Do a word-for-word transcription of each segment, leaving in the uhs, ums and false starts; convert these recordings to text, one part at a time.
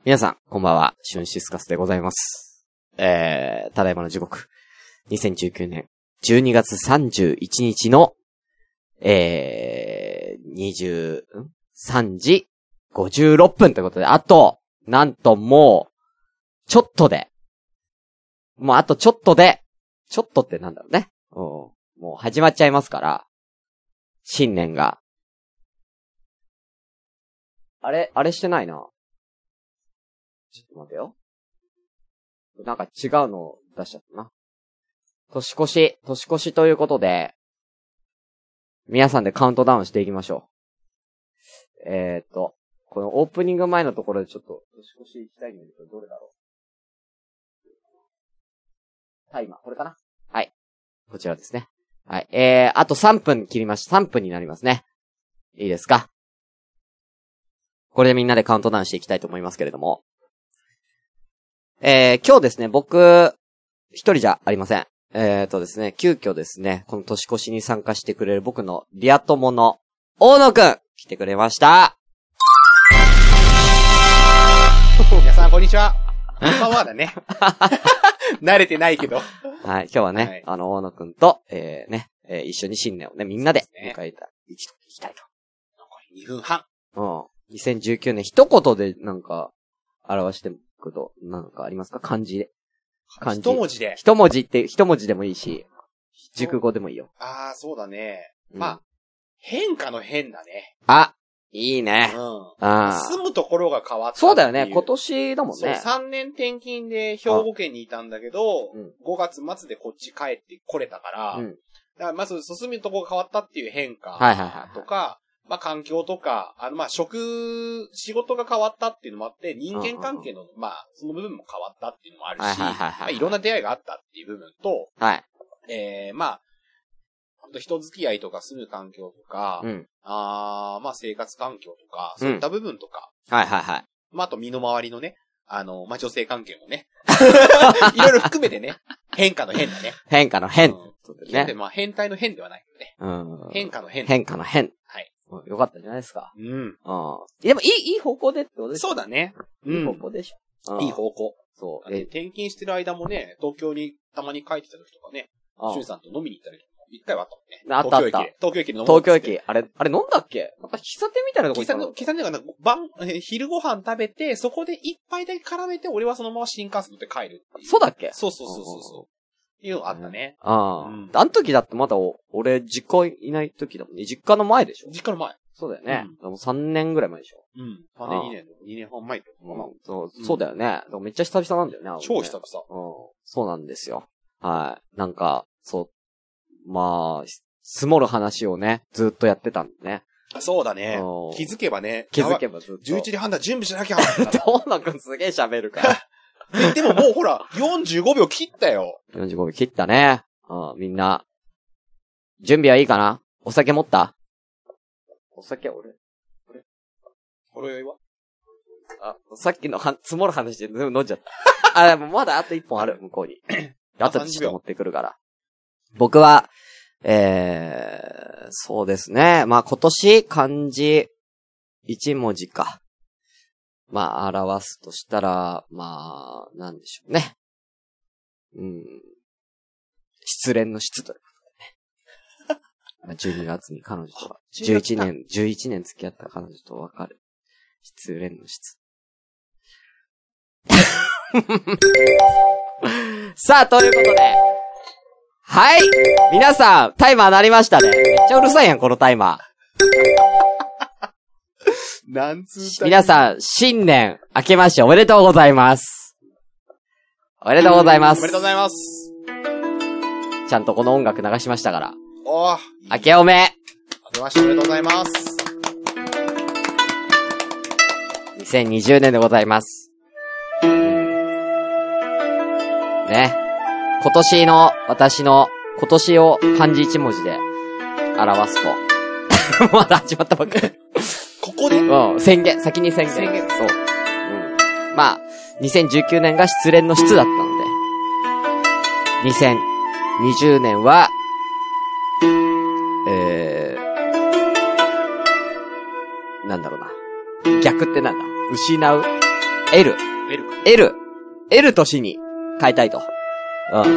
皆さん、こんばんは。シュンシスカスでございます。えー、ただいまの時刻。にせんじゅうきゅうねんじゅうにがつさんじゅういちにちの、えー、にじゅうさんじごじゅうろっぷんということで、あと、なんともう、ちょっとで、もうあとちょっとで、ちょっとってなんだろうね。うん、もう始まっちゃいますから、新年が。あれ、あれしてないな。ちょっと待てよ。なんか違うのを出しちゃったな。年越し、年越しということで、皆さんでカウントダウンしていきましょう。えーっと、このオープニング前のところでちょっと年越し行きたいんだけど、どれだろう。タイマー、これかな？はい。こちらですね。はい。えー、あとさんぷん切りました。さんぷんになりますね。いいですか？これでみんなでカウントダウンしていきたいと思いますけれども。えー、今日ですね、僕、一人じゃありません。えーとですね、急遽ですね、この年越しに参加してくれる僕のリア友の大野くん、来てくれました。 皆さん、こんにちは。こんばんはだね。慣れてないけど。 はい、今日はね、はい、あの、大野くんと、えー、ね、えー、一緒に新年をね、みんなで迎えた、いきたいと。 残りにふんはん。 うん。にせんじゅうきゅうねん一言でなんか、表してもこと、なんかありますか？漢字で。 漢字。一文字で。 一文字って、一文字でもいいし、熟語でもいいよ。 ああ、そうだね。うん、まあ、変化の変だね。 あ、いいね。 うん。あ住むところが変わった。 そうだよね。今年だもんね。 そう、さんねん転勤で兵庫県にいたんだけど、うん、ごがつ末でこっち帰ってこれたから、うん、だからまず住むところが変わったっていう変化とか、はいはいはいはい、まあ環境とか、あのまあ職、仕事が変わったっていうのもあって、人間関係の、うんうん、まあその部分も変わったっていうのもあるし、はいはいはいはい、まあ、いろんな出会いがあったっていう部分と、はい。えー、まあ、人付き合いとか住む環境とか、うん、あまあ生活環境とか、そういった部分とか、 うん、はいはいはい。 まああと身の回りのね、あの、まあ女性関係もね、いろいろ含めてね、変化の変だね。 変化の変。うん、 そうですね。まあ変態の変ではないけどね。うん、変化の変。 変化の変。 はい。 よかったんじゃないですか。 うん。 あでもいい、いい方向でってことですか？ そうだね。 いい方向でしょ。 いい方向。 そう。 転勤してる間もね、東京にたまに帰ってた時とかね、シュンさんと飲みに行ったりとか。一回はあったもんね。 あったあった。 東京駅で飲む。東京駅。あれ、あれ飲んだっけ？なんか喫茶店みたいなとこ行ったの？ 喫茶店が晩、昼ご飯食べて、そこで一杯だけ絡めて、俺はそのまま新幹線乗って帰るっていう。 そうだっけ？ そうそうそうそう。いうのあったね。 ああ。うん。あの時だってまだ俺、実家いない時だもんね。実家の前でしょ？ 実家の前。 そうだよね。うん、もうさんねんぐらい前でしょ？ うん。さんねん、にねん、にねんはん前とかかな。 うん。そう、そうだよね。めっちゃ久々なんだよね。 超久々。 うん。そうなんですよ。はい。なんか、そう、まあ、積もる話をね、ずっとやってたんでね。 そうだね。気づけばね。 気づけばずっと。 じゅういちじはんだ、準備しなきゃ。 どうなくんすげえ喋るから。 でももうほら、よんじゅうごびょう切ったよ。 よんじゅうごびょう切ったね。うん、みんな。準備はいいかな？お酒持った？お酒、俺。 俺。俺はあ、さっきのは、積もる話で全部飲んじゃった。あ、でもまだあと一本ある、向こうに。あとでちょっと持ってくるから。僕は、えー、そうですね。まあ今年漢字一文字か。まあ表すとしたら、まあ、なんでしょうね。うん。失恋の失ということでね。まあじゅうにがつに彼女とは、じゅういちねん、じゅういちねん付き合った彼女と別れる。失恋の失。さあ、ということで、はい皆さん、タイマー鳴りましたね。めっちゃうるさいやん、このタイマー。なんつう皆さん、新年明けましておめでとうございます。おめでとうございます。 おめでとうございます。 ちゃんとこの音楽流しましたから。 おー。 明けおめ。 明けましておめでとうございます。 にせんにじゅうねんでございます。ね。今年の、私の、今年を漢字一文字で表すと。まだ始まったばっかり。 ここでうん、宣言、先に宣言。 宣言。 そう。うん。まあ、にせんじゅうきゅうねんが失恋の失だったので、にせんにじゅうねんは、えー、なんだろうな。逆ってなんだ？失う？ L。 L。 L。L 年に変えたいと。うん。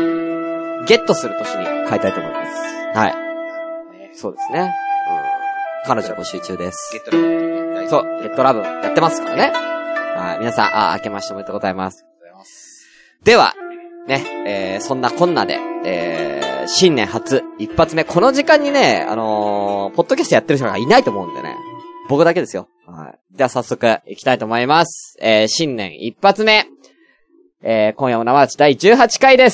ゲットする年に変えたいと思います。はい。ね、そうですね。うん。彼女募集中です。 ゲットラブ。 そう、ゲットラブやってますからね。はい。皆さん、あ、明けましておめでとうございます。では、ね、えー、そんなこんなで、えー、新年初、一発目、この時間にね、あのー、ポッドキャストやってる人がいないと思うんでね。僕だけですよ。はい。では早速、行きたいと思います。えー、新年一発目。えー、今夜も生立ちだいじゅうはちかいです。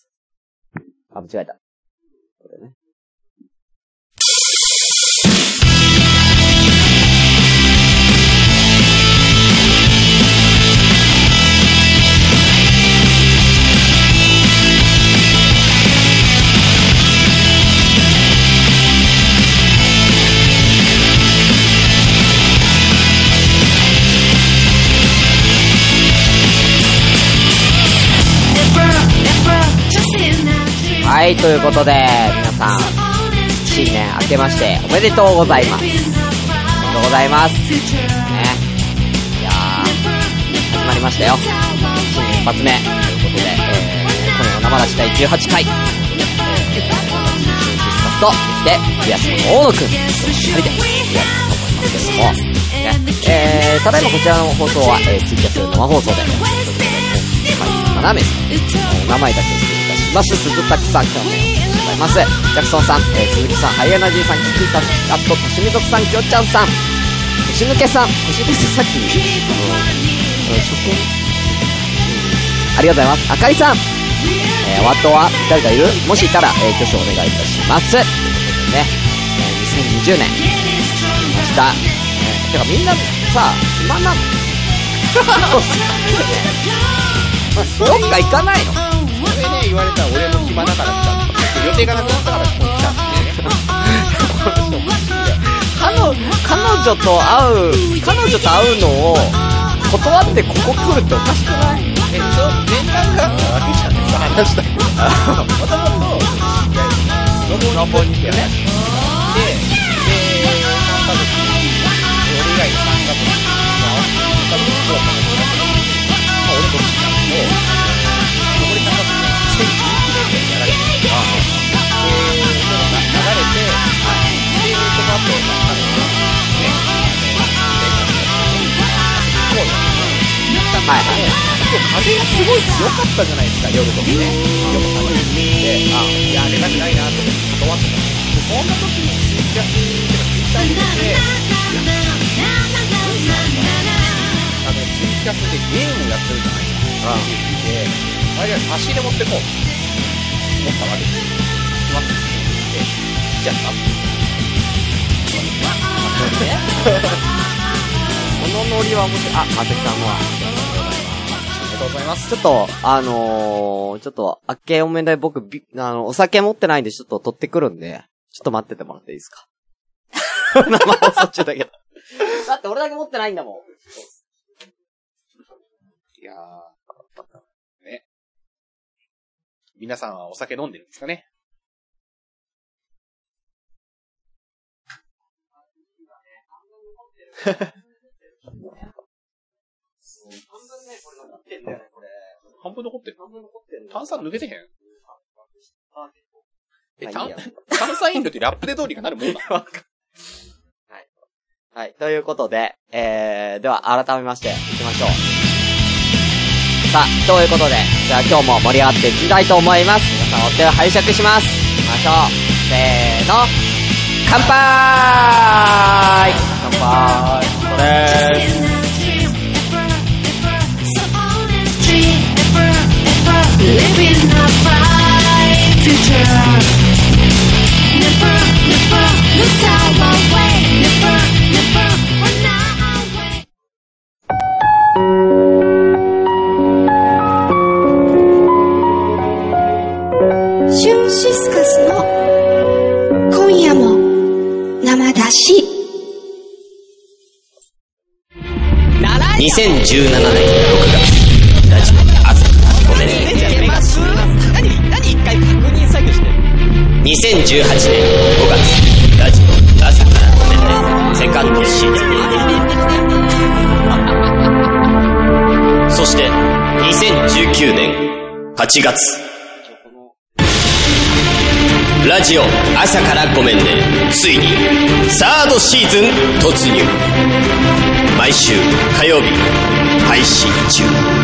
あ、間違えた。これね。はい、ということで、皆さん、新年明けましておめでとうございます。おめでとうございます。ね。いやー、始まりましたよ。新年一発目。ということで、えー、今夜の生出しだいじゅうはちかい。えー、私、と、そして、リアスの大野くん。ふたりで、やると思いますけれども、ね。えー、ただいまこちらの放送は、えー、ツイキャス生放送で、ということで、今回、ななめいさん、お名前だけです。マッシュ鈴滝さん、今日もございます。ジャクソンさん、えー、鈴木さん、ハイエナジーさん、キキタ、あと、としみぞくさん、きょうちゃんさん、腰抜けさん、腰抜けさっき、うん、初見、ありがとうございます。あかりさん、えー、お後は誰かいる？もしいたら、えー、挙手お願いいたします。ということでね、えー、にせんにじゅうねん、来ました。えー、てかみんな、さ、暇なのどっか行かないの？ それね、言われたら俺も暇だから来た。予定がなくなったからここに来たってね。 彼女、彼女と会う、彼女と会うのを断ってここ来るっておかしくない？ え、そう、連絡があったわけじゃないか話だけど。もともと、ロボに来てね。で、で、さんかげつ、俺以外のさんかげつ、まあ、さんかげつ後かな。まあ、俺と来たんだけど、残りさんかげつ、せんじゅうきゅうねんやられて、で、その流れて、で、その後、あの、ね、こうはいはい。今日風がすごい強かったじゃないですか、夜とかね。夜も寒いって言って、あ、いや、出たくないなと思って断ってた。で、そんな時にツイキャスってかツイッターに出て、あの、ツイキャスでゲームをやってるじゃないですか。って言って、あれは差し入れ持ってこう。思ったわけですよ。しますって言って、来ちゃったって。 このノリは面白い。あ、まさきさんも。 ありがとうございます。 ちょっと、あのー、ちょっと、明けおめで僕、び、あの、お酒持ってないんでちょっと取ってくるんで、ちょっと待っててもらっていいですか？生放送中だけど。だって俺だけ持ってないんだもん。 いやー、ね。皆さんはお酒飲んでるんですかね？半分残ってる。炭酸抜けてへん？え、炭、炭酸飲料ってラップでどうにかなるもんなの？はい。 はい。ということで、えー、では改めまして、行きましょう。さあ、ということで、じゃあ今日も盛り上がっていきたいと思います。皆さんお手を拝借します。行きましょう。せーの。乾杯！乾杯！これーす。Living a bright future. Never, never look our way. Never, never run away. シュンシスカスの今夜も生出し。にせんじゅうななねんろくがつラジオ朝ごめんね。何何一回確認作業してる。にせんじゅうはちねんごがつラジオ朝からごめんね。セカンドシーズン。 はちがつ。ラジオ朝からごめんね。ついにサードシーズン突入。毎週火曜日配信中。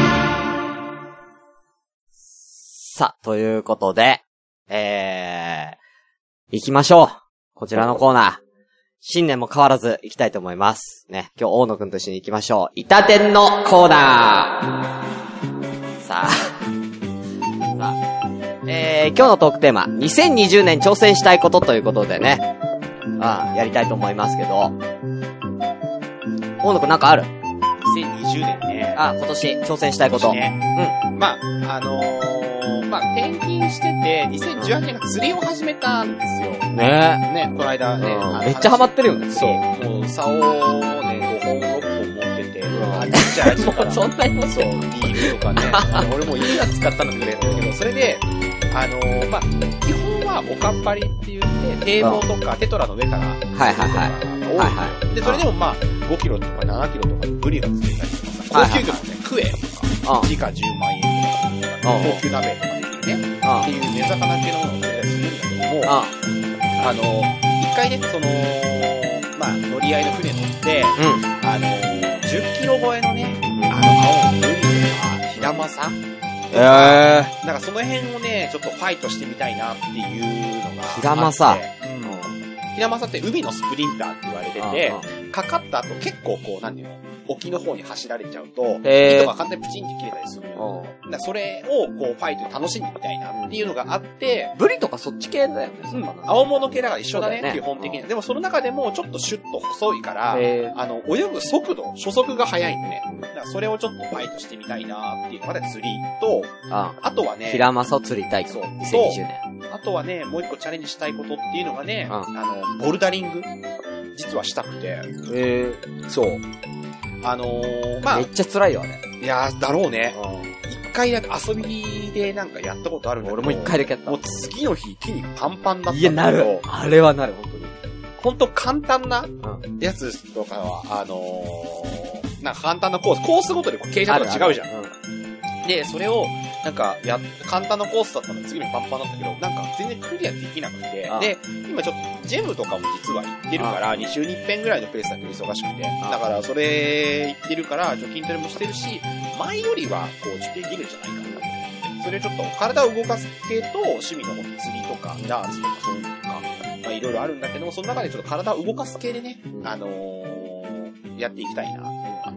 さあ、ということで、えー、行きましょう。こちらのコーナー。新年も変わらず行きたいと思います。ね、今日大野くんと一緒に行きましょう。イタテンのコーナー。さあ、さあ、えー、今日のトークテーマ、にせんにじゅうねん挑戦したいことということでね、ああ、やりたいと思いますけど、大野くんなんかある？ にせんにじゅうねんね。 あ、今年挑戦したいこと。 ね、うん。まあ、あのー、まあ、転勤してて、にせんじゅうはちねんが釣りを始めたんですよ。 ねね、この間ね。 めっちゃハマってるよね。 そう。もう、竿をね、ごほん、ろっぽん持ってて、あ、ちっちゃいやつとか。 そんなに持ってそう、リーグとかね。俺もいくら使ったのくれるんだけど、それで、あのー、まあ、基本はおかっぱりって言って、堤防とかテトラの上から。はいはいはい。はいはい。で、それでもまあ、ごキロとかななキロとかブリが釣れたりとかさ、高級魚のね、クエとか、時価じゅうまんえんとか、高級鍋とかできるね、っていう根魚系のものを釣れたりするんだけども、あの、一回ね、その、まあ、乗り合いの船乗って、あの、じゅっキロ超えのね、あの、青のブリとか、ヒラマサえー。なんかその辺をね、ちょっとファイトしてみたいなっていうのが。 ヒラマサ。 ヒラマサって海のスプリンターって言われてて、かかった後結構こう、なんていうの、沖の方に走られちゃうと、糸が簡単にプチンって切れたりするのよ。だそれをこう、ファイトで楽しんでみたいなっていうのがあって、 ブリとかそっち系だよね。 うん。青物系だから一緒だね、基本的に。でもその中でもちょっとシュッと細いから、あの、泳ぐ速度、初速が速いんでね。だからそれをちょっとファイトしてみたいなっていうのが釣りと、あとはね、 ヒラマサを釣りたい。そう。にせんにじゅうねん。 あとはね、もう一個チャレンジしたいことっていうのがね、あの、ボルダリング実はしたくて。へえ。 そう。あのー、まあ。 めっちゃ辛いよ、あれ。 いやー、だろうね。一回だけ遊びでなんかやったことあるんだけど。 俺も一回だけやった。 もう次の日筋肉パンパンだったんだけど。 いや、なる。あれはなる、本当に。 本当簡単なやつとかは、あのー、なんか簡単なコース、コースごとで傾斜とか違うじゃん。で、それを、なんか、や、簡単なコースだったので次の日パンパンだったけど、なんか全然クリアできなくて、で、今ちょっと、ジェムとかも実は行ってるから、に週に一遍ぐらいのペースだけど忙しくて、だからそれ行ってるから、ちょっと筋トレもしてるし、前よりは、こう、受験できるんじゃないかなと思って、それちょっと、体を動かす系と、趣味のほんと釣りとか、ダーツとかそういうのとか、まあいろいろあるんだけども、その中でちょっと体を動かす系でね、あのー、やっていきたいな、っていうのがあって、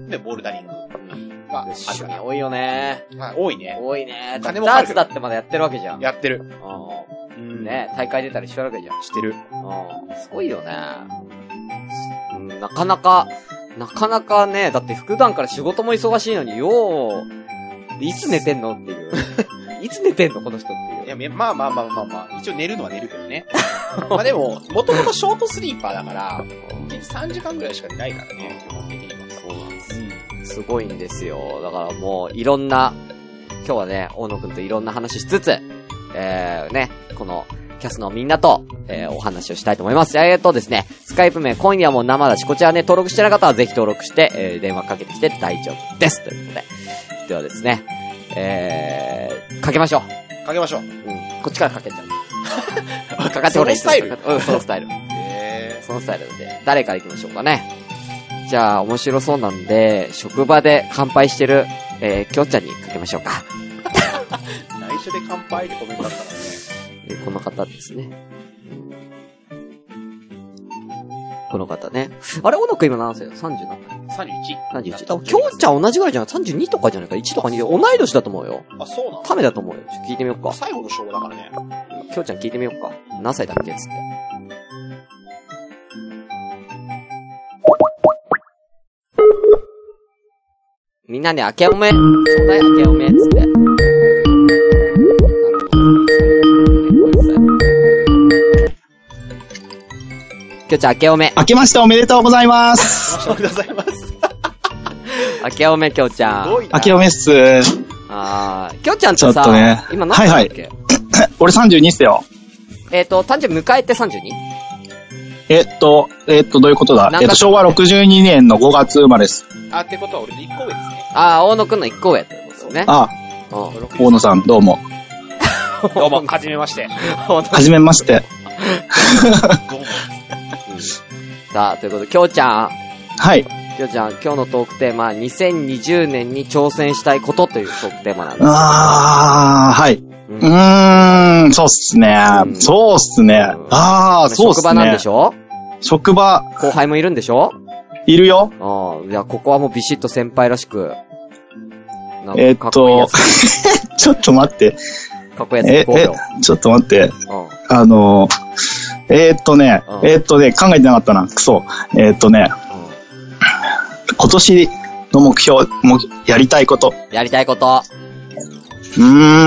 で、ボルダリング。が趣味多いよね。 はい、多いね。 多いね。金もダーツだってまだやってるわけじゃん。 やってる。 うん。ね、大会出たりしてるわけじゃん。 してる。 うん。すごいよね。うん、なかなか、なかなかね、だって普段から仕事も忙しいのに、よう、いつ寝てんのっていう。いつ寝てんのこの人っていう。 いや、まあまあまあまあまあ、一応寝るのは寝るけどね。まあでも、もともとショートスリーパーだから、さんじかんぐらいしか寝ないからね、基本的には。 そうなんです。すごいんですよ。だからもう、いろんな、今日はね、大野くんといろんな話しつつ、えー、ね、この、キャスのみんなと、えー、お話をしたいと思います。えーとですね、スカイプ名、今夜も生だし、こちらね、登録してない方はぜひ登録して、えー、電話かけてきて大丈夫です。ということで。ではですね、えー、かけましょう。 かけましょう。うん。 こっちからかけちゃう。かかってほらいい。 そのスタイルうん、そのスタイル。 へー。 そのスタイルで、誰から行きましょうかね。じゃあ、面白そうなんで、職場で乾杯してる、えー、きょうちゃんにかけましょうか。 内緒で乾杯ってコメントだったからね。 えー、この方ですね。この方ね。あれ、小野くん今何歳だ ?さんじゅう 何歳 ?さんじゅういち。さんじゅういち。多分、きょうちゃん同じぐらいじゃない ?さんじゅうに とかじゃないか ?いち とかにで、同い年だと思うよ。 あ、そうなのためだと思うよ。ちょっと聞いてみようか。 最後の章だからね。 きょうちゃん聞いてみようか。何歳だっけつって。みんなで明けおめ、ちょうだい明けおめ、つって。きょうちゃん明けおめ。 明けましておめでとうございます。 おめでとうございます。 明けおめ、きょうちゃん。 明けおめっす。 あー、きょうちゃんってさ、 ちょっとね、 今何歳だっけ、はいはい、俺さんじゅうにっすよ。 えっと、誕生日迎えて さんじゅうに？ えっと、えっと、どういうことだえっと、しょうわろくじゅうにねんのごがつ生まれです。 あ、ってことは俺のいっこ上ですね。 あー、大野くんのいっこ上ってことですね。 あ大野さん、どうも。 どうも、はじめまして。 はじめまして。 どうも。 さあ、ということで、きょうちゃん。 はい。 きょうちゃん、今日のトークテーマ、にせんにじゅうねんに挑戦したいことというトークテーマなんです。 あー、はい。うん、うーん、そうっすね。うん、そうっすね。うん、あー、そうっすね。職場なんでしょ？職場。 後輩もいるんでしょ？ いるよ。 ああ、いや、ここはもうビシッと先輩らしく。 えー、っと、ちょっと待って。 かっこいいやつ行こうよ。 え、ちょっと待って。あの、えー、っとね、えー、っとね、考えてなかったな。くそ。えー、っとね、今年の目標、もやりたいこと。 やりたいこと。 うー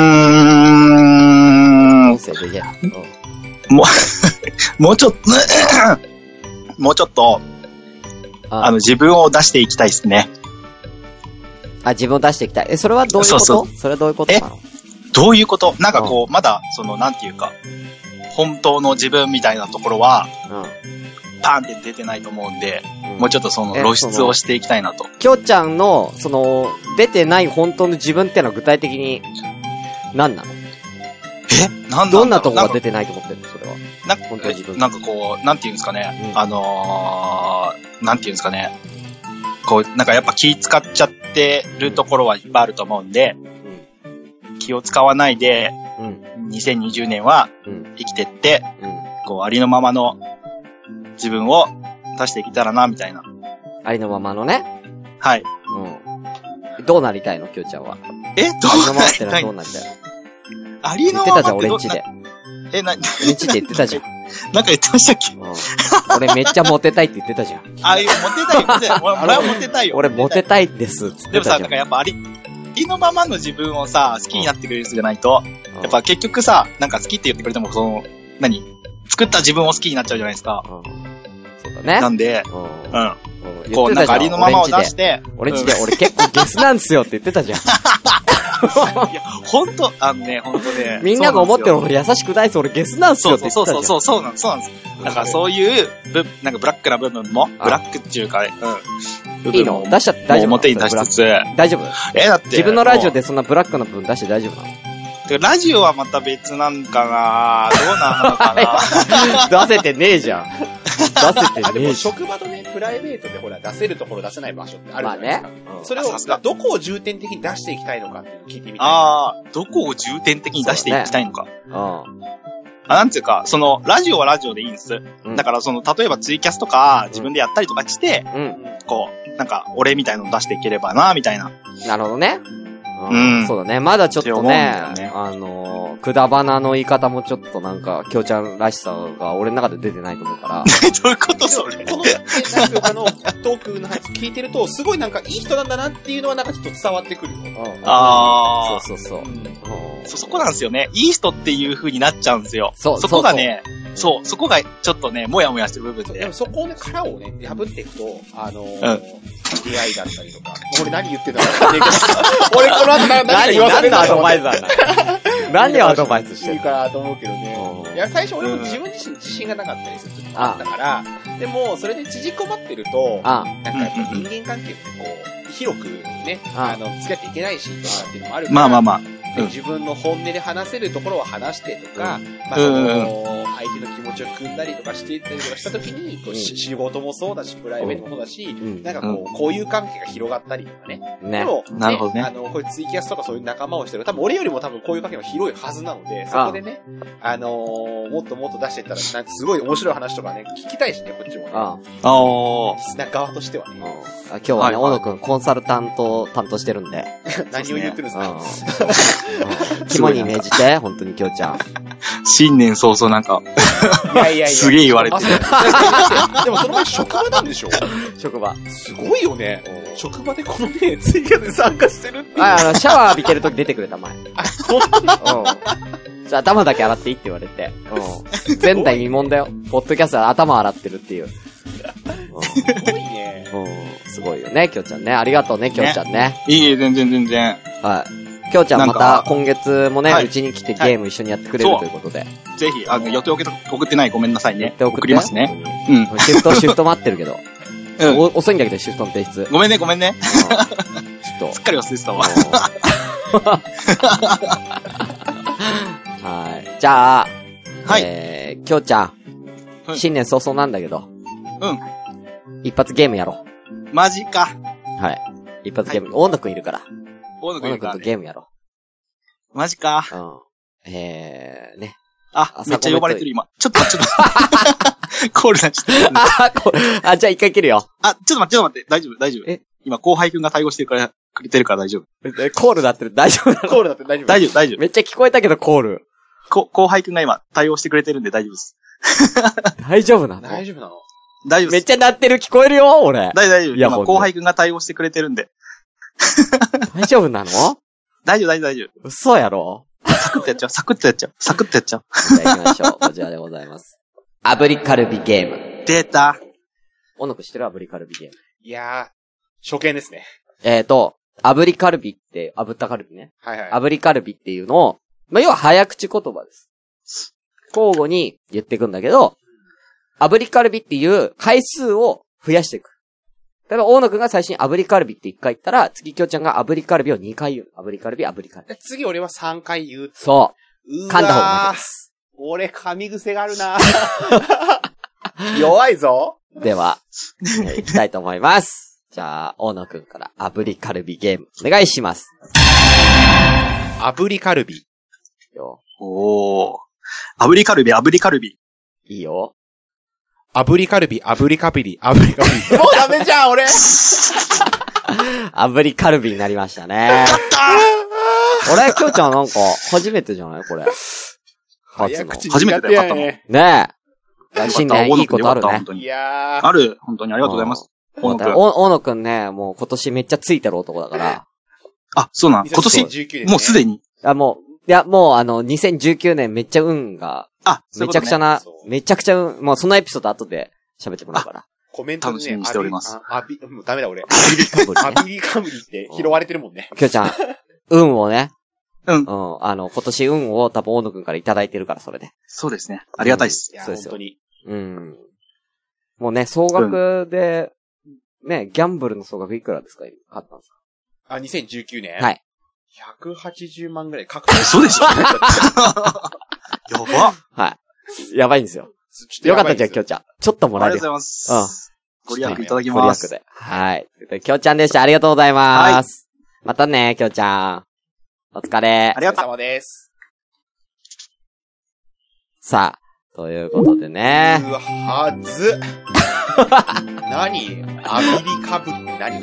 ん。 音声で言え。 もう、もうちょっと、もうちょっと、あ, あの、自分を出していきたいですね。 あ、自分を出していきたい。え、それはどういうこと？そうそう。それはどういうことなの？ え、どういうこと？なんかこう、まだ、その、なんていうか、本当の自分みたいなところは、うん、パーンって出てないと思うんで、うん、もうちょっとその露出をしていきたいなと。 きょうちゃんの、その、出てない本当の自分ってのは具体的に、何なの？ え？なんだどんなとこが出てないと思ってるのそれは。 なんか、本当自分なんかこう、なんていうんですかね、うん、あのー、なんていうんですかね、こう、なんかやっぱ気使っちゃってるところはいっぱいあると思うんで、うん、気を使わないで、うん、にせんにじゅうねんは生きてって、うん、こう、ありのままの自分を出していけたらな、みたいな。 ありのままのね。 はい。 うん。どうなりたいのきょうちゃんは。 えどうなりたいのどうなりたいのありのまま言ってたじゃん、俺んちで。 え、な、 俺んちで言ってたじゃん。 なんか言ってましたっけ、うん、 俺めっちゃモテたいって言ってたじゃん。 あ、いや、モテたい、モテたい。俺はモテたいよ。 俺モテたいです、つってたじゃん。 でもさ、なんかやっぱあり、ありのままの自分をさ、好きになってくれる人じゃないと、うん、やっぱ結局さ、なんか好きって言ってくれても、その、何作った自分を好きになっちゃうじゃないですか。うん、 そうだね。 なんで、 うん。 うんこう、なんかありのままを出して。 俺んちで、俺結構ゲスなんですよって言ってたじゃん。いや、ほんと、あのね、ほんとね。 みんなが思ってる俺優しくないっす、俺ゲスなんすよって言ってたじゃん。 そうそうそう、そうなんです、そうなんです。だからそういう、ぶ、なんかブラックな部分も、ブラックっていうか、 うん。いいの出しちゃって大丈夫表に出しつつ。 大丈夫え、だって。 自分のラジオでそんなブラックな部分出して大丈夫なのラジオはまた別なんかなどうなのかな出せてねえじゃん。出せてねえじゃん。でも職場とね、プライベートでほら、出せるところ出せない場所ってあるじゃないですか。まあね。うん、それを、どこを重点的に出していきたいのかっていうのを聞いてみたい。 ああ、どこを重点的に出していきたいのか。ね、うん。あ、なんていうか、その、ラジオはラジオでいいんです。うん、だからその、例えばツイキャスとか、自分でやったりとかして、うん、こう、なんか、俺みたいなの出していければな、みたいな。 なるほどね。 うん、 そうだね。まだちょっとね、ねあのー、くだばなの言い方もちょっとなんか、きょうちゃんらしさが俺の中で出てないと思うから。 どういうことそれこの、ね、ラジオのトークの話聞いてると、すごいなんかいい人なんだなっていうのはなんかちょっと伝わってくる。 ああ。 そうそうそう。うん、 そ、そこなんですよね。いい人っていう風になっちゃうんですよ。そう。そこがね、そう、そこがちょっとね、もやもやしてる部分で。 でもそこをね、殻をね、破っていくと、あのー、うん、出会いだったりとか。俺何言ってんだろう俺この後何か言わせるんだろう。何のアドバイスなんだ何をアドバイスしてるいいかなと思うけどね。いや、最初俺も自分自身自信がなかったりする時もあったから、でも、それで縮こまってると、なんかやっぱ人間関係ってこう、広くね、あの、付き合っていけないし、とかっていうのもあるから。 まあまあまあ。 うん、自分の本音で話せるところを話してとか、うん、まあその、相手の気持ちを汲んだりとかしていったりとかしたときに、こう、うん、仕事もそうだし、プライベートもそうだし、うん、なんかこう、交友関係が広がったりとかね。ね。でも、ね、 なるほどね。 あの、こういうツイキャスとかそういう仲間をしてる、多分俺よりも多分交友関係が広いはずなので、そこでね、あのー、もっともっと出していったら、なんかすごい面白い話とかね、聞きたいしね、こっちもね。ああ。リスナー側としてはね。 あ今日はね、小野くんコンサルタント担当してるんで。 何を言ってるんですか肝に銘じて、本当にきょうちゃん。 新年早々なんか、いやいやいやすげえ言われてる。 でもその前職場なんでしょ職場。 すごいよね。職場でこのね、ツイキャスで参加してるっていう。 あ、あの、シャワー浴びてるとき出てくれた前。あ、本当にうん。じゃあ頭だけ洗っていいって言われて。うん。前代未聞だよ。ポッドキャストは頭洗ってるっていう。 すごいね。 うん。すごいよね、きょうちゃんね。ありがとうね、きょうちゃんね。 いいえ、全然全然。 はい。きょうちゃんまた今月もね、うちに来てゲーム一緒にやってくれるということで。 ぜひ、あの、予定送ってないごめんなさいね。送りますね。うん。 シフト、シフト待ってるけど。うん。遅いんだけど、シフトの提出。 ごめんね、ごめんね。 ちょっと。 すっかり忘れてたわ。 はい。じゃあ、 はい。 えー、きょうちゃん、うん、新年早々なんだけど。 うん。 一発ゲームやろう。マジか。 はい。一発ゲーム。はい、大野くんいるから。 大野くんいるから、ね。 大野くんとゲームやろう。マジか。 うん。えー、ね。 あ、めっちゃ呼ばれてる今。ちょっと待って、ちょっと待って。コールなっちゃった。 あ、じゃあ一回切るよ。 あ、ちょっと待って、ちょっと待って。大丈夫、大丈夫。え今、後輩くんが対応してくれ、くれてるから大丈夫。 え、コールなってる大丈夫なの？ コールなってる大丈夫。 大丈夫、大丈夫。 めっちゃ聞こえたけど、コール。 こ、後輩くんが今、対応してくれてるんで大丈夫です。 大丈夫なの？ 大丈夫なの？ 大丈夫です。 めっちゃ鳴ってる聞こえるよ、俺。 大丈夫、大丈夫。今、後輩くんが対応してくれてるんで。 大丈夫なの？ 大丈夫、大丈夫、大丈夫。 嘘やろ？ サクッとやっちゃう、サクッとやっちゃう、サクッとやっちゃう。 じゃあ行きましょう。こちらでございます。炙りカルビゲーム。 出た。 小野くん知ってる炙りカルビゲーム。 いやー、初見ですね。 えーと、炙りカルビって、炙ったカルビね。 はいはい。 炙りカルビっていうのを、まあ、要は早口言葉です。交互に言っていくんだけど、炙りカルビっていう回数を増やしていく。例えば、大野くんが最初に炙りカルビっていっかい言ったら、次きょうちゃんが炙りカルビをにかい言う。炙りカルビ、炙りカルビ。 次俺はさんかい言う。 そう。 う噛んだ方が負けです。 俺、噛み癖があるな弱いぞ。 では、えー、いきたいと思います。じゃあ、大野くんから炙りカルビゲーム、お願いします。 炙りカルビ。 よ。 おー。炙りカルビ、炙りカルビ。 いいよ。 炙りカルビ、炙りカピリ、炙りカピリ。もうダメじゃん、俺炙りカルビになりましたね。やったー俺、きょうちゃんなんか、初めてじゃないこれ。 初口初めてだよ、勝ったの。 ねえ。新年いいことあるね。 いやー。 ある。本当にありがとうございます。 大野くん。大野くんね、もう今年めっちゃついてる男だから。 あ、そうなん。今年、もうすでに。 あ、もう、いや、もうあの、にせんじゅうきゅうねんめっちゃ運が、 あ、 めちゃくちゃな、めちゃくちゃ運、もうそのエピソード後で喋ってもらうから。 コメントでね、 楽しみにしております。 あ、び、もうダメだ俺。アビリカブリ。アビリカブリって拾われてるもんね。 きょうちゃん、運をね。 うん。 うん。あの、今年運を多分大野くんからいただいてるから、それで。 そうですね。ありがたいです。 いや、 そうですよ。 本当に。 うん。もうね、総額で、ね、ギャンブルの総額いくらですか今、買ったんですかあ、にせんじゅうきゅうねんはい。 ひゃくはちじゅうまんぐらい確定。 そうでしょやば。 はい。やばいんですよ。よかったじゃん、きょうちゃん。ちょっともらえる。 ありがとうございます。うん。ご利益いただきます。 ご利益で。はい。きょうちゃんでした。ありがとうございます。はい、またね、きょうちゃん。お疲れ。 ありがとうございます。 さあ、ということでね。 うわ、はず。何アメリカブって何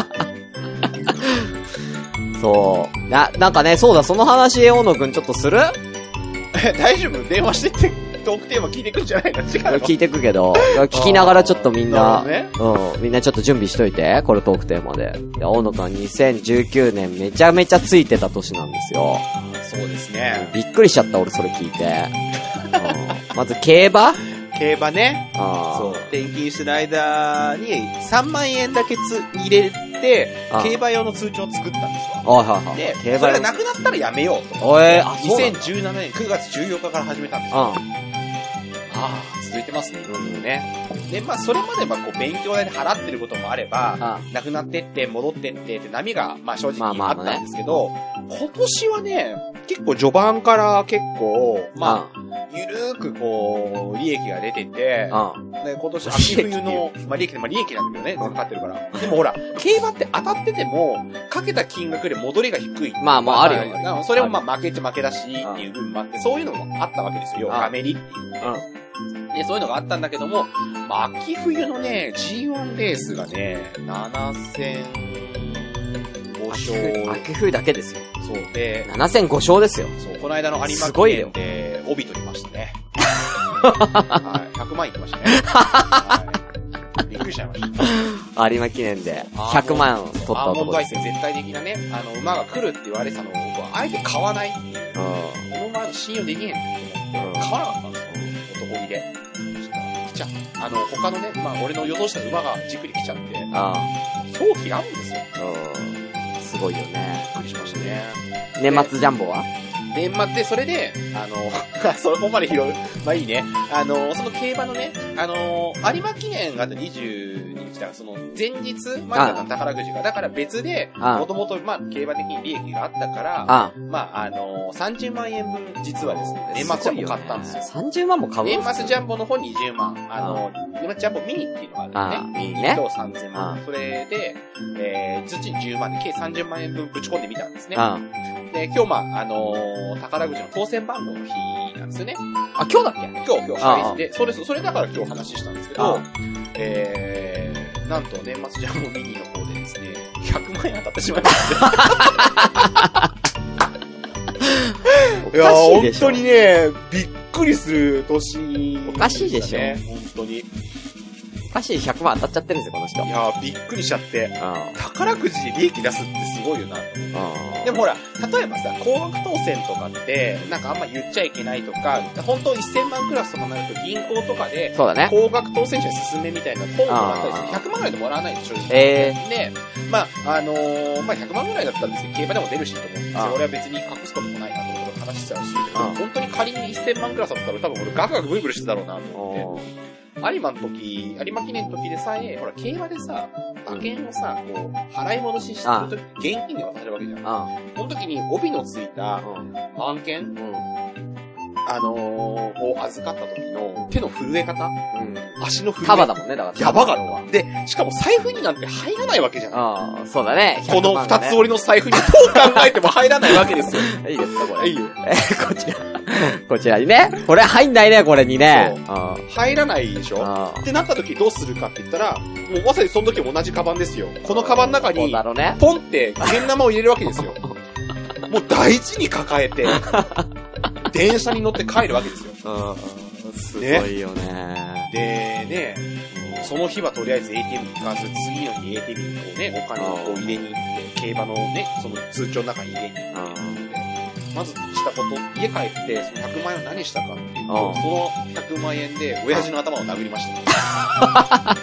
そう。な、なんかね、そうだ、その話、大野くんちょっとする？ え、大丈夫？電話してってトークテーマ聞いてくんじゃないの？違うの？ 聞いてくけど、聞きながらちょっとみんな、 ね、 うん、みんなちょっと準備しといて、これトークテーマで。で、大野くんはにせんじゅうきゅうねんめちゃめちゃついてた年なんですよ。 そうですね。 びっくりしちゃった、俺それ聞いて。うん、まず、競馬？ 競馬ね。そう。転勤してる間にさんまんえんだけつ入れて、競馬用の通帳を作ったんですよ。 はいはいはい。 で、競馬それがなくなったらやめようと。 おえー、あ、 にせんじゅうななねんくがつじゅうよっかから始めたんですよ。ああ、続いてますね、いろいろね。で、まあ、それまではこう、勉強代で払ってることもあれば、なくなってって、戻ってってって波が、まあ正直あったんですけど、今年はね、結構序盤から結構、まあ、ゆるーくこう、利益が出てて、で今年秋冬の、まあ利益で、まあ利益なんだけどね、全部買ってるから。でもほら、競馬って当たってても、かけた金額で戻りが低い。 まあまああるよね。 それもまあ負けちゃ負けだしっていう部分もあって、そういうのもあったわけですよ。ガメリっていうね。で、そういうのがあったんだけども、まあ、秋冬のね、ジーワン レースがね、ななせんごしょう。 秋冬だけですよ。 そうで、 ななせんごしょうですよ。 そう、この間の有馬記念で、帯取りましたね。はい、ひゃくまんいきましたね。はい。びっくりしちゃいました。 有馬記念で、ひゃくまん取った男です。アーモンドアイス絶対的なね、あの、馬が来るって言われてたのを、僕はあえて買わないっていう。この馬の信用できへんって思って、買わなかったんですよ。男気で。来ちゃった。あの、他のね、まあ、俺の予想した馬がじっくり来ちゃって、ああ狂気があるんですよ。 うん。すごいよね。 びっくりしましたね。 年末ジャンボは年末で、それで、あの、そこまで拾う。まあいいね。あの、その競馬のね、あの、有馬記念がにじゅうににちじだからその前日までの宝くじが、だから別で、もともとまあ競馬的に利益があったから、あまああのー、さんじゅうまんえんぶん実はですね、年末ジャンボ買ったんですよ。 さんじゅうまんも買う年末ジャンボの方にじゅうまん。あのー、年末ジャンボミニっていうのがあるんでね。ミニとさんぜんまん。それで、えー、土にじゅうまんで計さんじゅうまんえんぶんぶち込んでみたんですね。で、今日まあ、あのー、宝くじの当選番号の日なんですよね。 あ、今日だっけ？ 今日、今日、はい。で、それ、それだから今日話したんですけど、えー、なんと年末ジャンボミニの方でですね、ひゃくまんえん当たってしまいました。いやー、本当にね、びっくりする年、 おかしいでしょ。 本当に。 おかしいひゃくまん当たっちゃってるんですよ、この人。 いやー、びっくりしちゃって。宝くじで利益出すってすごいよな。でもほら、例えばさ、高額当選とかって、なんかあんま言っちゃいけないとか、本当せんまんクラスとかになると銀行とかで、 そうだね。 高額当選者進めみたいな本をもらったりする。ひゃくまんぐらいでもらわないでしょ。 えー、 で、まあ、あのー、まあ、ひゃくまんぐらいだったら別に競馬でも出るしと思うんですよ。俺は別に隠すこともないなと思って話してたらしいけど、本当に仮にせんまんクラスだったら多分俺ガクガクブルブルしてたろうなと思って。有馬の時、有馬記念の時でさえ、ほら、競馬でさ、馬券をさ、こう、払い戻ししてる時、現金で渡せるわけじゃん。ああその時に帯のついた、案件、うん、あのー、を預かった時の手の震え方、うん、足の震え方。 束だもんね、だから。 やばかった。で、しかも財布になんて入らないわけじゃん。 ああ、そうだね。 この二つ折りの財布にどう考えても入らないわけですよ。 いいですか、これ。 いいよ。 えー、こちら。こちらにね。これ入んないね、これにね。 入らないでしょってなった時どうするかって言ったら、もうまさにその時も同じカバンですよ。このカバンの中に、ポンって現玉を入れるわけですよ。もう大事に抱えて、電車に乗って帰るわけですよ。 すごいよね。 ねで、ね、その日はとりあえず エーティーエム に行かず、次の日 エーティーエム にこうね、お金をこう入れに行って、競馬のね、その通帳の中に入れに行って、まずしたこと、家帰って、そのひゃくまんえんを何したかっていうと、そのひゃくまんえんで、親父の頭を殴りました。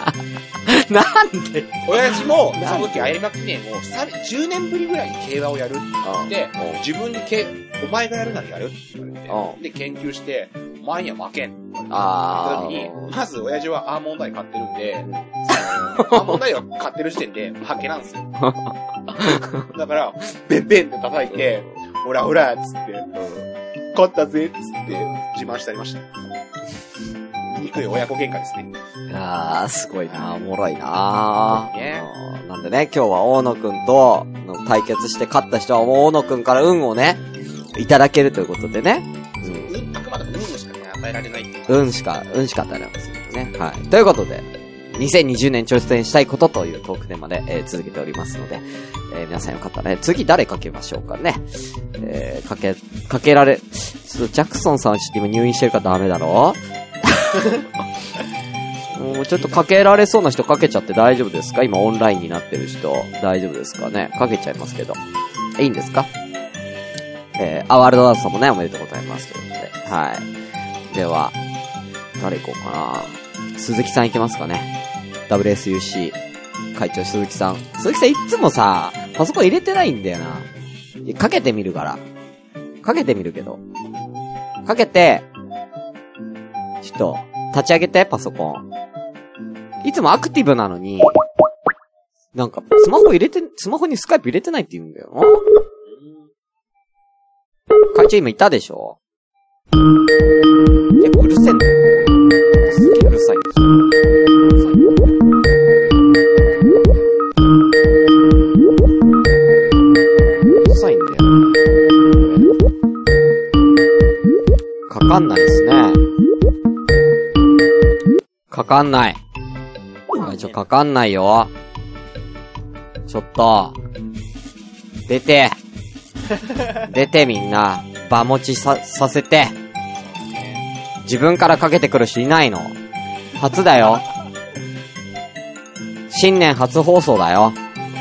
なんで親父も、その時、有馬記念を、じゅうねんぶりぐらいに競馬をやるって言って、自分にけ、お前がやるならやるって言われて、で、研究して、お前には負けんって言われて、時に、まず親父はアーモンダイ買ってるんで、アーモンダイを買ってる時点で負けなんですよ。だから、ベンベンって叩いて、ほらほらっつって、勝ったぜっつって自慢してありました。憎い親子喧嘩ですね。 いやー、すごいな、おもろいなー。ね、なんでね、今日は大野くんと対決して勝った人は大野くんから運をね、いただけるということでね。 うん、あくまでも運しかね、与えられないっていう。 運しか、運しか与えられますよね。はい。ということで、にせんにじゅうねん挑戦したいことというトークテーマで、えー、続けておりますので、えー、皆さんよかったらね、次誰かけましょうかね。えー、かけ、かけられ、ちょっとジャクソンさんはちょっと今入院してるからダメだろもうちょっとかけられそうな人かけちゃって大丈夫ですか？今オンラインになってる人、大丈夫ですかね？かけちゃいますけど。いいんですか？えー、あ、ワールドダンスさんもね、おめでとうございます。ということで。はい。では、誰行こうかな。鈴木さん行けますかね。ダブリューエスユーシー 会長鈴木さん。鈴木さんいつもさ、パソコン入れてないんだよな。かけてみるから。かけてみるけど。かけて、ちょっと、立ち上げて、パソコン。いつもアクティブなのに、なんか、スマホ入れて、スマホにスカイプ入れてないって言うんだよな。会長今いたでしょ？結構うるせえんだよ。すげえうるさいんですよ。うるさいんだよ。かかんないですね。かかんない。ちょ、かかんないよ。ちょっと。出て。出てみんな。場持ちさ、させて。自分からかけてくる人いないの。初だよ。新年初放送だよ。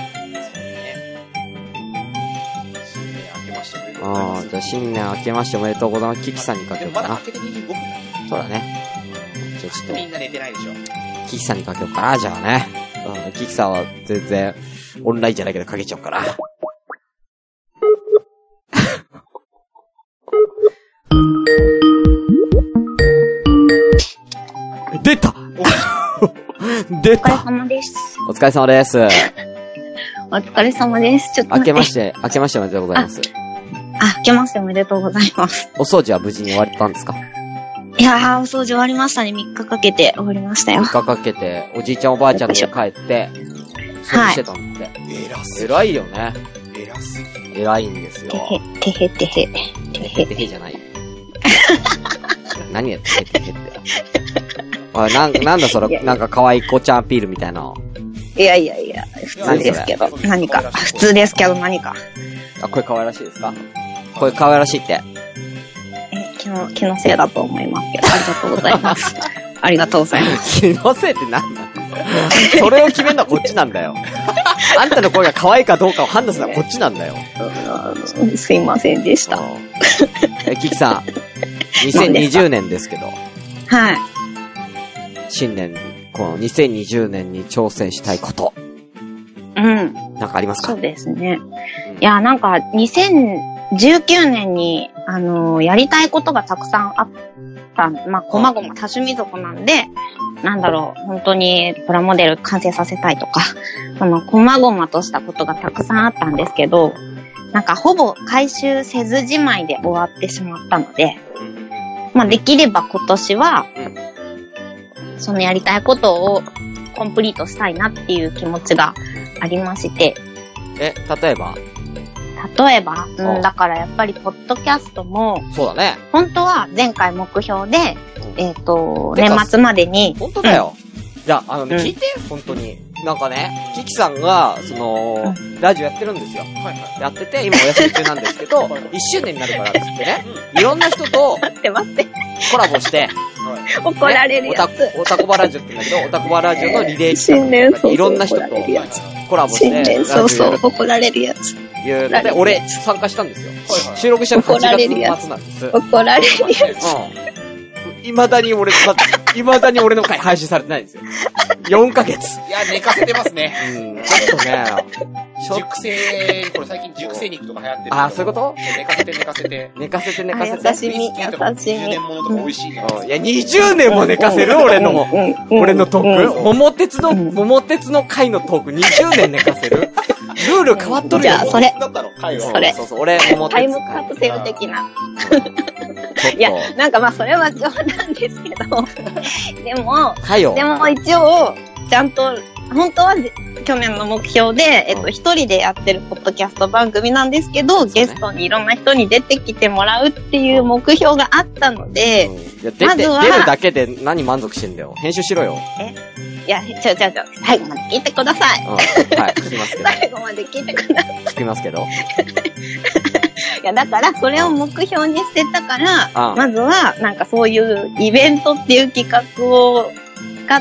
ああ、じゃあ新年明けましておめでとうございます。キキさんにかけようかな。そうだね。じゃあちょっと。 みんな寝てないでしょ。 キキさんにかけようかな、じゃあね。うん、キキさんは全然、オンラインじゃないけどかけちゃおうかな。出た出た。 お疲れ様です。 お疲れ様です。 お疲れ様です。ちょっと。 明けまして、明けましておめでとうございます。 あ、明けましておめでとうございます。 お掃除は無事に終わったんですか？ いやー、お掃除終わりましたね。みっかかけて終わりましたよ。 みっかかけて、おじいちゃんおばあちゃんの家帰って、掃除してたんだって。偉すぎ。偉いよね。偉すぎ。偉いんですよ。 てへ、てへ、てへ。 てへ、てへじゃない。何やってへ、てへって。おい、なん、なんだそれ、なんか可愛い子ちゃんアピールみたいな。 いやいやいや、普通ですけど、何か。普通ですけど何か。 あ、これ可愛らしいですか？これ可愛らしいって。 え、気の、気のせいだと思いますけど、ありがとうございます。ありがとうございます。 気のせいって何なの？それを決めるのはこっちなんだよ。あんたの声が可愛いかどうかを判断するのはこっちなんだよ。 すいませんでした。 え、キキさん、にせんにじゅうねんですけど。 はい。 新年、このにせんにじゅうねんに挑戦したいこと。 うん。 なんかありますか？ そうですね。うん、いや、なんか、にせんじゅうきゅうねんに、あのー、やりたいことがたくさんあった。まあ、こまごま多趣味族なんで、なんだろう、本当にプラモデル完成させたいとか、その、こまごまとしたことがたくさんあったんですけど、なんか、ほぼ回収せずじまいで終わってしまったので、まあ、できれば今年は、そのやりたいことをコンプリートしたいなっていう気持ちがありまして。 え、例えば例えば、うん、だからやっぱりポッドキャストも、 そうだね。 本当は前回目標で、えっと、年末までに。 本当だよ。うん、いや、あのね、うん、聞いて、本当に。なんかね、キキさんが、その、うん、ラジオやってるんですよ。はいはい。やってて、今お休み中なんですけど、いっしゅうねんになるからって言ってね、いろんな人と、 待って待って。 コラボして、 怒られるやつ。 ね、おたこばラジオって言うんだけど、おたこばラジオのリレー新年早々 いろんな人とコラボして、 新年早々怒られるやつ。 いうので、俺参加したんですよ。収録したのはちがつの末なんです。 怒られるやつ。 うん。未だに俺、未だに俺の回配信されてないんですよ。よんかげつ。 いや、寝かせてますね。 うん。ちょっとね、 熟成、これ最近熟成肉とか流行ってる。 あ、そういうこと？ 寝かせて寝かせて。 寝かせて寝かせて。 優しみ、優しみ。 にじゅうねんものとか美味しいね。 いや、にじゅうねんも寝かせる俺の、俺のトーク。桃鉄の、桃鉄の回のトークにじゅうねん寝かせる？ルール変わっとるよ。 じゃあ、それ。 だったの回は。 それ。 そうそう、俺、桃鉄。 タイムカプセル的な。いや、なんかまあ、それは冗談ですけど。でも、でも一応、ちゃんと、本当は去年の目標で、えっと、一人でやってるポッドキャスト番組なんですけど、ゲストにいろんな人に出てきてもらうっていう目標があったので、 まずは。出るだけで何満足してんだよ。編集しろよ。 えいや、ちょちょちょ、最後まで聞いてください。 うん、はい、聞きますけど。 最後まで聞いてください。 聞きますけど。 いや、だから、それを目標にしてたから、まずは、なんかそういうイベントっていう企画を使って、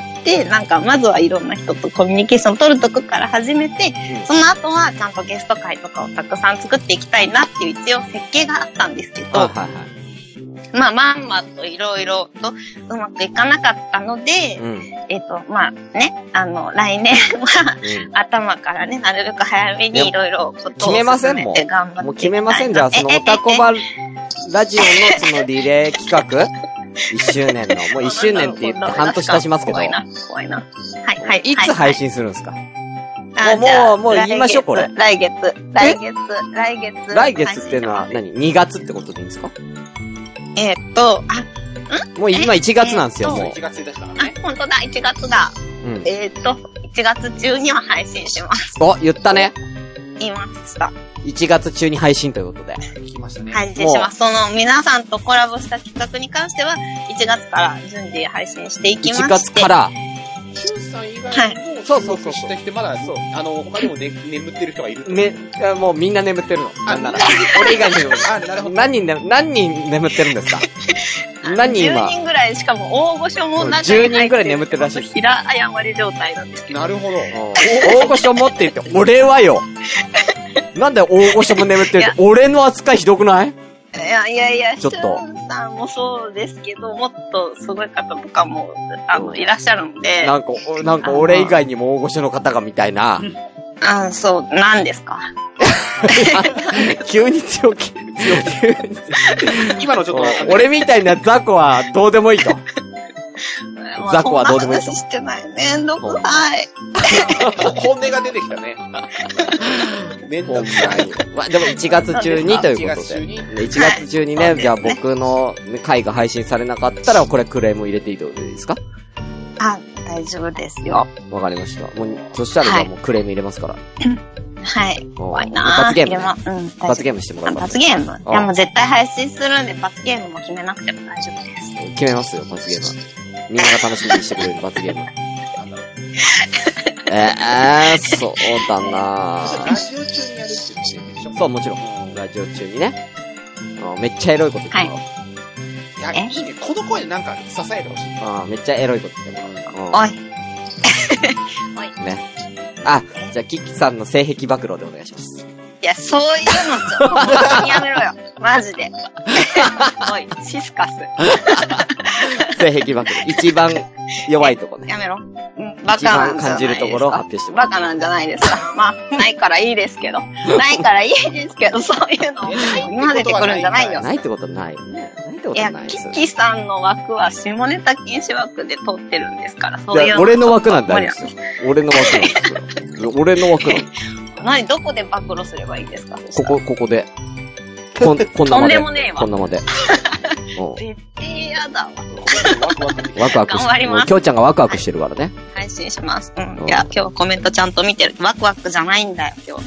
なんかまずはいろんな人とコミュニケーション取るとこから始めて、うん、その後はちゃんとゲスト会とかをたくさん作っていきたいなっていう一応設計があったんですけど、はいはい、まあまんまといろいろとうまくいかなかったので、うん、えっと、まあね、あの、来年は、うん、頭からね、なるべく早めにいろいろことを進めて頑張っていきたいな。 もう決めませんじゃあ、そのおたこばラジオのそのリレー企画いっしゅうねんの、もういっしゅうねんって言って半年経ちますけど。 怖いな、怖いな。はいはい。 いつ配信するんですか？ はい、 もう、もう、もう言いましょう、これ。 来月、来月、来月。 来月っていうのは何 ?に 月ってことでいいんですか？ えー、っと、 あ、んもう今いちがつなんですよ、もう。 いちがつついたちだからね。 あ、ほんとだ、いちがつだ。うん、えー、っと、いちがつ中には配信します。 お、言ったね。 言いました。 いちがつ中に配信ということで。 聞きましたね。 配信します。その皆さんとコラボした企画に関しては、いちがつから順次配信していきまして。 いちがつから。 シュンさん以外にも、そうそうそう。してきて、まだ、そう、あの、他にもね、眠ってる人がいる。 ね、もうみんな眠ってるの。なんなら。俺以外に眠ってる。 あ、なるほど。 何人、何人眠ってるんですか？何人今？ じゅうにんぐらい、しかも大御所も中に入ってじゅうにんぐらい眠ってるらしい。 平謝り状態なんですけど。 なるほど。 大御所もって言って、俺はよ。なんで大御所も眠ってるって、俺の扱いひどくない？ いやいやいや、 ちょっと。 シュンさんもそうですけど、もっとすごい方とかも、あの、いらっしゃるんで。 なんか、なんか俺以外にも大御所の方がみたいな。 あ、そう、なんですか。 急に強気、強気。 今のちょっと、 俺みたいな雑魚はどうでもいいと。 雑魚はどうでもいいと。 話してない。めんどくさい。 本音が出てきたね。めんどくさい。 まあ、でもいちがつ中にということで。いちがつ中にね、はい、じゃあ僕の回が配信されなかったら、これクレーム入れていいということでいいですか？ あ、大丈夫ですよ。 わかりました。もう、そしたらじゃあもうクレーム入れますから。 はい。怖いなぁ。 罰ゲーム、ね。 ま、うん。 罰ゲームしてもらうから。 罰ゲームいやもう絶対配信するんで、罰ゲームも決めなくても大丈夫です。 決めますよ、罰ゲームは。みんなが楽しみにしてくれる罰ゲーム。えー、そうだなぁ。 ラジオ中にやるって言ってるでしょ？ そう、もちろん。ラジオ中にね。めっちゃエロいこと言ってもらおう。 はい、いや、いいね。この声でなんか支えてほしい。 あめっちゃエロいこと言ってもらおう。 おい。 おい。ね。あ、じゃあ、キキさんの性癖暴露でお願いします。 いや、そういうのちょっと本当にやめろよ。マジで。おい、シスカス。 性癖暴露。一番弱いとこね。 やめろ。うん、バカなんじゃないですか。一番感じるところを発表してもらう。バカなんじゃないですか。まあ、ないからいいですけど。ないからいいですけど、そういうのを混ぜてくるんじゃないよ。 ないってことないよね。ないってことない。いや、 キッキさんの枠は下ネタ禁止枠で取ってるんですから、そういうの。 俺の枠なんだよ。俺の枠なんですよ。俺の枠なんです。 何、どこで暴露すればいいですか？ ここ、ここで。こん、こんなまで。 とんでもねえわ。 こんなまで。 絶対やだわ。 ワクワクして。頑張ります。きょうちゃんがワクワクしてるからね。 配信します。うん。いや、今日はコメントちゃんと見てる。ワクワクじゃないんだよ、今日。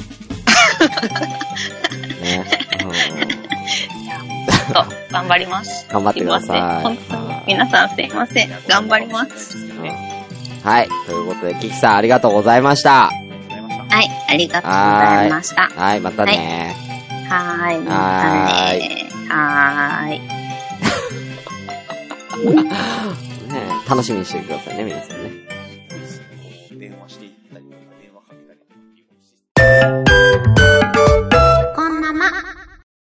ね。いや、ほんと、頑張ります。 頑張ってください。 本当に。皆さんすいません。頑張ります。 はい。ということで、キキさんありがとうございました。 はい、ありがとうございました。 はい、またねー。はい、またねー。はーい。 ね、楽しみにしてくださいね、皆さんね。 電話していったりとか、電話かけたり。